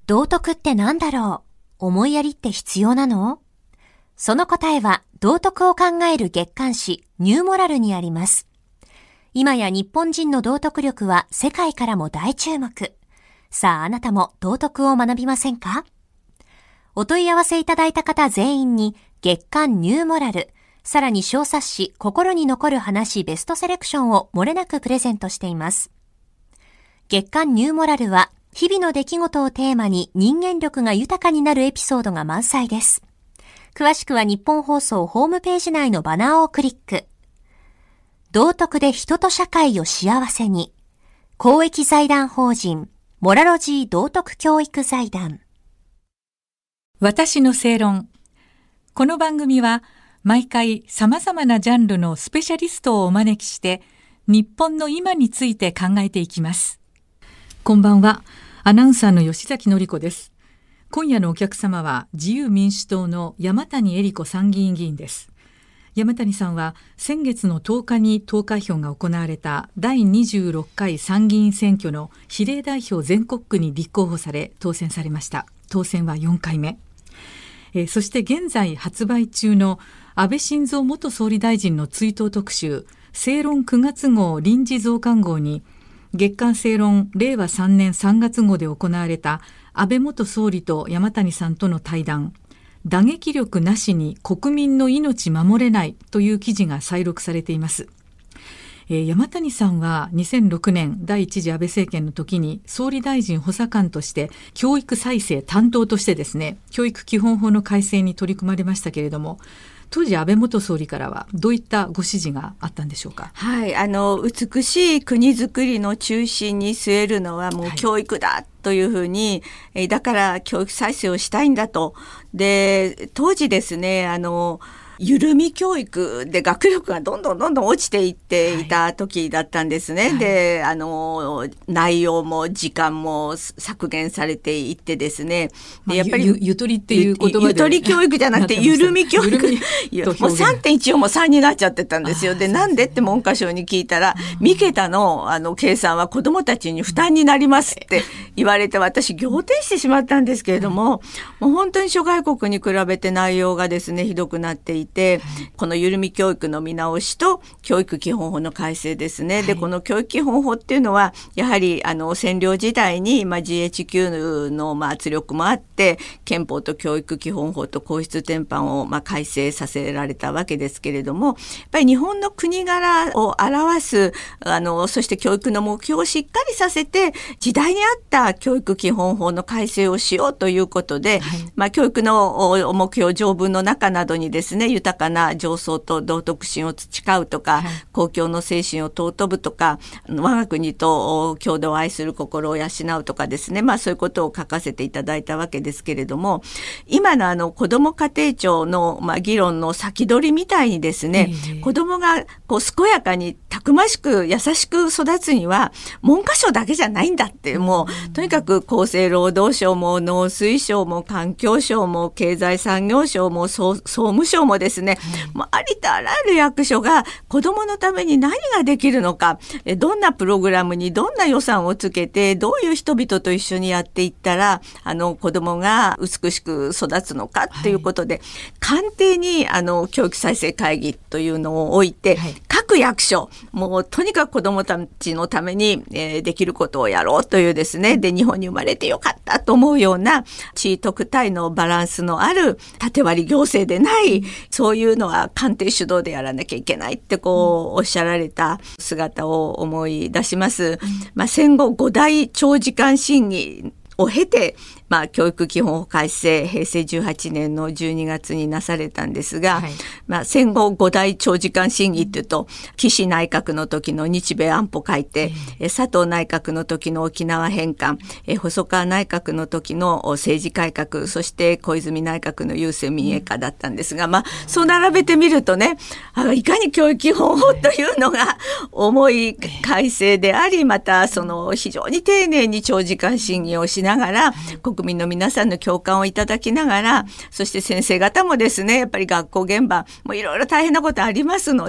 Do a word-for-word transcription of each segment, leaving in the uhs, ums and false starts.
道徳って何だろう？思いやりって必要なの？その答えは道徳を考える月刊誌ニューモラルにあります。今や日本人の道徳力は世界からも大注目。さああなたも道徳を学びませんか？お問い合わせいただいた方全員に月刊ニューモラル、さらに小冊子心に残る話ベストセレクションを漏れなくプレゼントしています。月刊ニューモラルは日々の出来事をテーマに人間力が豊かになるエピソードが満載です。詳しくは日本放送ホームページ内のバナーをクリック。道徳で人と社会を幸せに。公益財団法人モラロジー道徳教育財団。 私の正論。この番組は毎回様々なジャンルのスペシャリストをお招きして日本の今について考えていきます。こんばんは。アナウンサーの吉崎典子です。今夜のお客様は自由民主党の山谷恵理子参議院議員です。山谷さんは先月のとおかに投開票が行われただいにじゅうろっかい参議院選挙の比例代表全国区に立候補され当選されました。当選はよんかいめ。えー、そして現在発売中の安倍晋三元総理大臣の追悼特集正論くがつ号臨時増刊号に月刊正論れいわさんねんさんがつ号で行われた安倍元総理と山谷さんとの対談、打撃力なしに国民の命守れないという記事が再録されています。えー、山谷さんはにせんろくねん第一次安倍政権の時に総理大臣補佐官として教育再生担当としてですね、教育基本法の改正に取り組まれましたけれども、当時安倍元総理からはどういったご指示があったんでしょうか？ はい、あの美しい国づくりの中心に据えるのはもう教育だ、はいというふうに、だから教育再生をしたいんだと。で、当時ですね、あの緩み教育で学力がどんどんどんどん落ちていっていた時だったんですね。はい、で、あの内容も時間も削減されていってですね。で、やっぱり、 まあ、ゆ, ゆとりっていう言葉でゆとり教育じゃなくて緩み教育もう さんてんいちよん もさんになっちゃってたんですよ。で、なんでって文科省に聞いたら三桁のあの計算は子どもたちに負担になりますって言われて、私仰天してしまったんですけれども、もう本当に諸外国に比べて内容がですねひどくなっていて、この緩み教育の見直しと教育基本法の改正ですね。で、この教育基本法っていうのはやはりあの占領時代に、まあ、ジーエイチキュー の、まあ、圧力もあって憲法と教育基本法と皇室典範を、まあ、改正させられたわけですけれども、やっぱり日本の国柄を表すあのそして教育の目標をしっかりさせて時代に合った教育基本法の改正をしようということで、はい、まあ、教育の目標条文の中などにですね豊かな情操と道徳心を培うとか、はい、公共の精神を尊ぶとか、我が国と郷土を愛する心を養うとかですね、まあそういうことを書かせていただいたわけですけれども、今のあの子ども家庭庁の、まあ、議論の先取りみたいにですね、えー、子どもがこう健やかにたくましく優しく育つには文科省だけじゃないんだって、もうとにかく厚生労働省も農水省も環境省も経済産業省も総務省もですね、もうありとあらゆる役所が子どものために何ができるのか、どんなプログラムにどんな予算をつけてどういう人々と一緒にやっていったらあの子どもが美しく育つのかっていうことで、はい、官邸にあの教育再生会議というのを置いて、はい、各役所もうとにかく子どもたちのために、えー、できることをやろうというですね、で日本に生まれてよかったと思うような地位特待のバランスのある縦割り行政でない、うん、そういうのは官邸主導でやらなきゃいけないってこうおっしゃられた姿を思い出します。うん、まあ、戦後ご大長時間審議を経て、まあ、教育基本法改正へいせいじゅうはちねんのじゅうにがつになされたんですが、はい、まあ、戦後ご大長時間審議っていうと、岸内閣の時の日米安保改定、えー、佐藤内閣の時の沖縄返還、えー、細川内閣の時の政治改革、そして小泉内閣の郵政民営化だったんですが、まあ、そう並べてみるとね、あ、いかに教育基本法というのが重い改正であり、またその非常に丁寧に長時間審議をしながら、国民の皆さんの共感をいただきながら、そして先生方もですね、やっぱり学校現場もいろいろ大変なことありますので、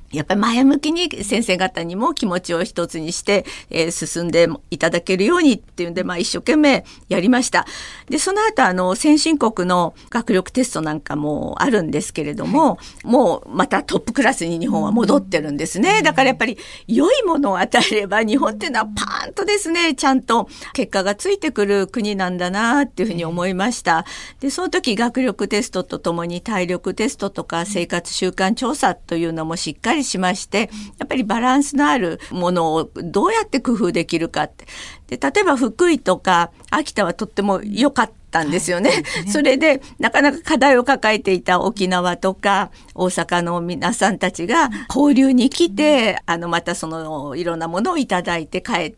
やっぱり前向きに先生方にも気持ちを一つにして、えー、進んでいただけるようにっていうんで、まあ、一生懸命やりました。で、その後、あの、先進国の学力テストなんかもあるんですけれども、はい、もうまたトップクラスに日本は戻ってるんですね。だからやっぱり良いものを与えれば、日本っていうのはパーンとですね、ちゃんと結果がついてくる国なんだなっていうふうに思いました。で、その時学力テストとともに体力テストとか生活習慣調査というのもしっかりしまして、やっぱりバランスのあるものをどうやって工夫できるかって。で、例えば福井とか秋田はとっても良かったんですよね。はい、そうですね。それでなかなか課題を抱えていた沖縄とか大阪の皆さんたちが交流に来て、あのまたそのいろんなものをいただいて帰って、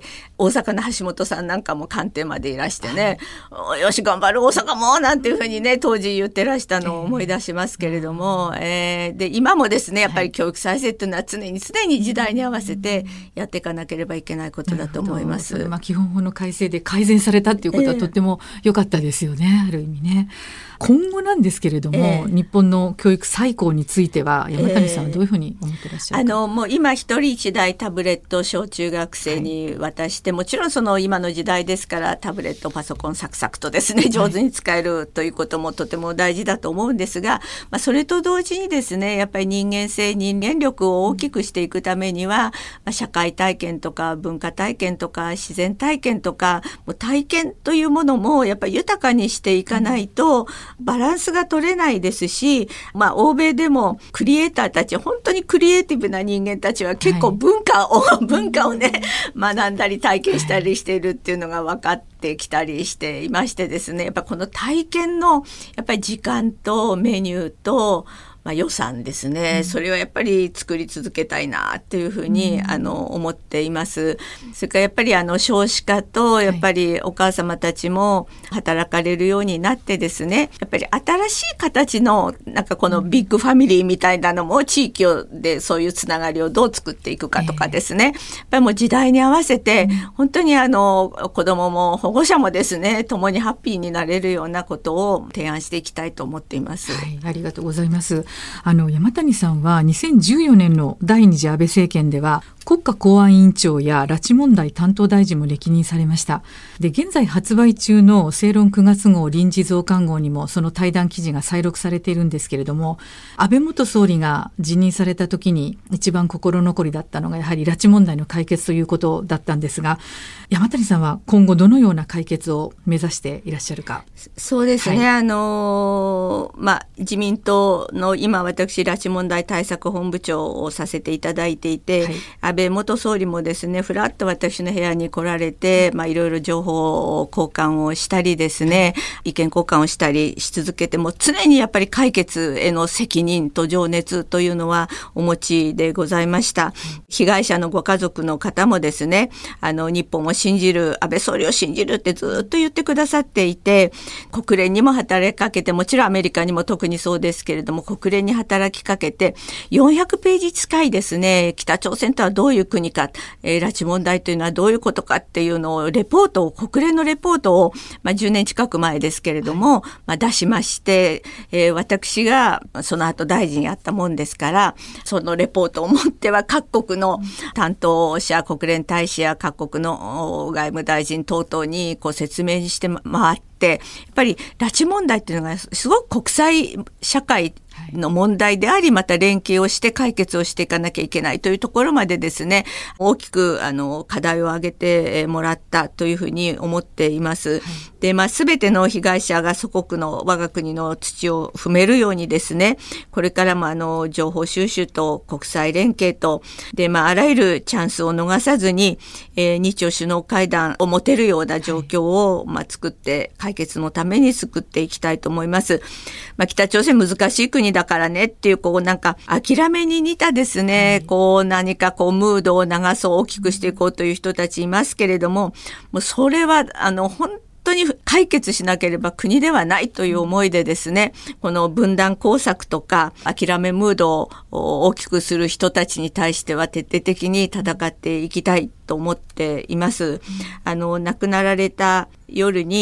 大阪の橋本さんなんかも官邸までいらしてね、はい、よし頑張る大阪もなんていうふうにね当時言ってらしたのを思い出しますけれども、えー、で今もですねやっぱり教育再生というのは常に常に時代に合わせてやっていかなければいけないことだと思います。 まあ、基本法の改正で改善されたっていうことはとっても良かったですよね、えー、ある意味ね。今後なんですけれども、えー、日本の教育再興については山谷さんはどういうふうに思ってらっしゃるか。 えー、あのもう今一人一台タブレットを小中学生に渡して、はい、もちろんその今の時代ですからタブレットパソコンサクサクとですね上手に使えるということもとても大事だと思うんですが、まあ、それと同時にですねやっぱり人間性人間力を大きくしていくためには、まあ、社会体験とか文化体験とか自然体験とかもう体験というものもやっぱり豊かにしていかないとバランスが取れないですし、まあ、欧米でもクリエイターたち本当にクリエイティブな人間たちは結構文化を、はい、文化をね学んだり体験したりしているっていうのが分かってきたりしていましてですねやっぱこの体験のやっぱり時間とメニューとまあ、予算ですね、うん、それはやっぱり作り続けたいなっていうふうに、うん、あの思っています。それからやっぱりあの少子化とやっぱりお母様たちも働かれるようになってですねやっぱり新しい形のなんかこのビッグファミリーみたいなのも地域でそういうつながりをどう作っていくかとかですね、えー、やっぱりもう時代に合わせて、うん、本当にあの子どもも保護者もですね共にハッピーになれるようなことを提案していきたいと思っています。 はい、ありがとうございます。あの山谷さんはにせんじゅうよねんの第二次安倍政権では国家公安委員長や拉致問題担当大臣も歴任されました。で、現在発売中の正論くがつ号臨時増刊号にもその対談記事が再録されているんですけれども、安倍元総理が辞任された時に一番心残りだったのがやはり拉致問題の解決ということだったんですが、山谷さんは今後どのような解決を目指していらっしゃるか。 そうですね、はい、あのまあ自民党の今私拉致問題対策本部長をさせていただいていて、はい、安倍元総理もですねふらっと私の部屋に来られて、まあ、いろいろ情報交換をしたりですね、意見交換をしたりし続けても常にやっぱり解決への責任と情熱というのはお持ちでございました。被害者のご家族の方もですねあの日本を信じる安倍総理を信じるってずっと言ってくださっていて、国連にも働きかけてもちろんアメリカにも特にそうですけれども国連に働きかけてよんひゃくページ近いですね北朝鮮とはどういう国か、えー、拉致問題というのはどういうことかっていうのをレポートを国連のレポートを、まあ、じゅうねん近く前ですけれども、はいまあ、出しまして、えー、私がその後大臣やったもんですからそのレポートを持っては各国の担当者国連大使や各国の外務大臣等々にこう説明して回ってやっぱり拉致問題っていうのがすごく国際社会の問題でありまた連携をして解決をしていかなきゃいけないというところまでですね大きくあの課題を挙げてもらったというふうに思っています。はい、で、まあ、全ての被害者が祖国の我が国の土を踏めるようにですねこれからもあの情報収集と国際連携とで、まあ、あらゆるチャンスを逃さずに、えー、日朝首脳会談を持てるような状況を、まあ、作って解決のために作っていきたいと思います。まあ、北朝鮮難しい国だからねっていうこうなんか諦めに似たですね、はい、こう何かこうムードを長そう大きくしていこうという人たちいますけれども、もうそれはあの本当に解決しなければ国ではないという思いでですね、この分断工作とか諦めムードを大きくする人たちに対しては徹底的に戦っていきたいと思っています。あの亡くなられた夜に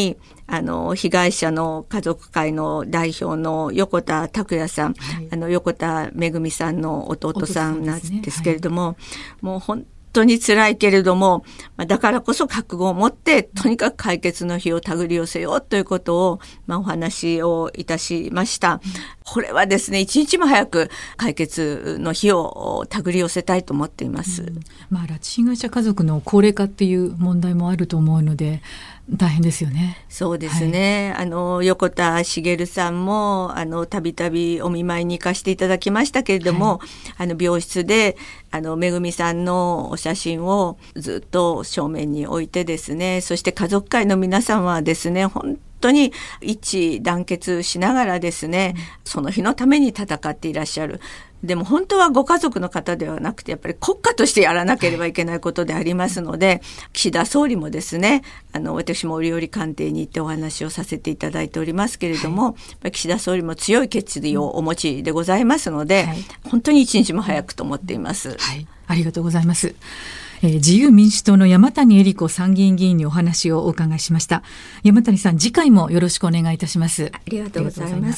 あの被害者の家族会の代表の横田拓也さん、はい、あの横田めぐみさんの弟さんなんですけれども、ね、はい、もう本当に辛いけれども、だからこそ覚悟を持ってとにかく解決の日を手繰り寄せようということを、まあ、お話をいたしました。これはですね、一日も早く解決の日を手繰り寄せたいと思っています。うん、 まあ、拉致被害者家族の高齢化っていう問題もあると思うので大変ですよね。 そうですね、はい、あの横田茂さんもあのたびたびお見舞いに行かせていただきましたけれども、はい、あの病室であのめぐみさんのお写真をずっと正面に置いてですね、そして家族会の皆さんはですね、本当に一致団結しながらですね、その日のために戦っていらっしゃる。でも本当はご家族の方ではなくて、やっぱり国家としてやらなければいけないことでありますので、岸田総理もですね、あの私も折々官邸に行ってお話をさせていただいておりますけれども、はい、岸田総理も強い決意をお持ちでございますので、はい、本当に一日も早くと思っています。 はい、ありがとうございます。えー、自由民主党の山谷恵理子参議院議員にお話をお伺いしました。山谷さん、次回もよろしくお願いいたします。 ありがとうございます。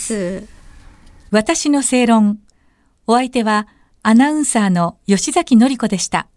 私の正論。お相手はアナウンサーの吉崎典子でした。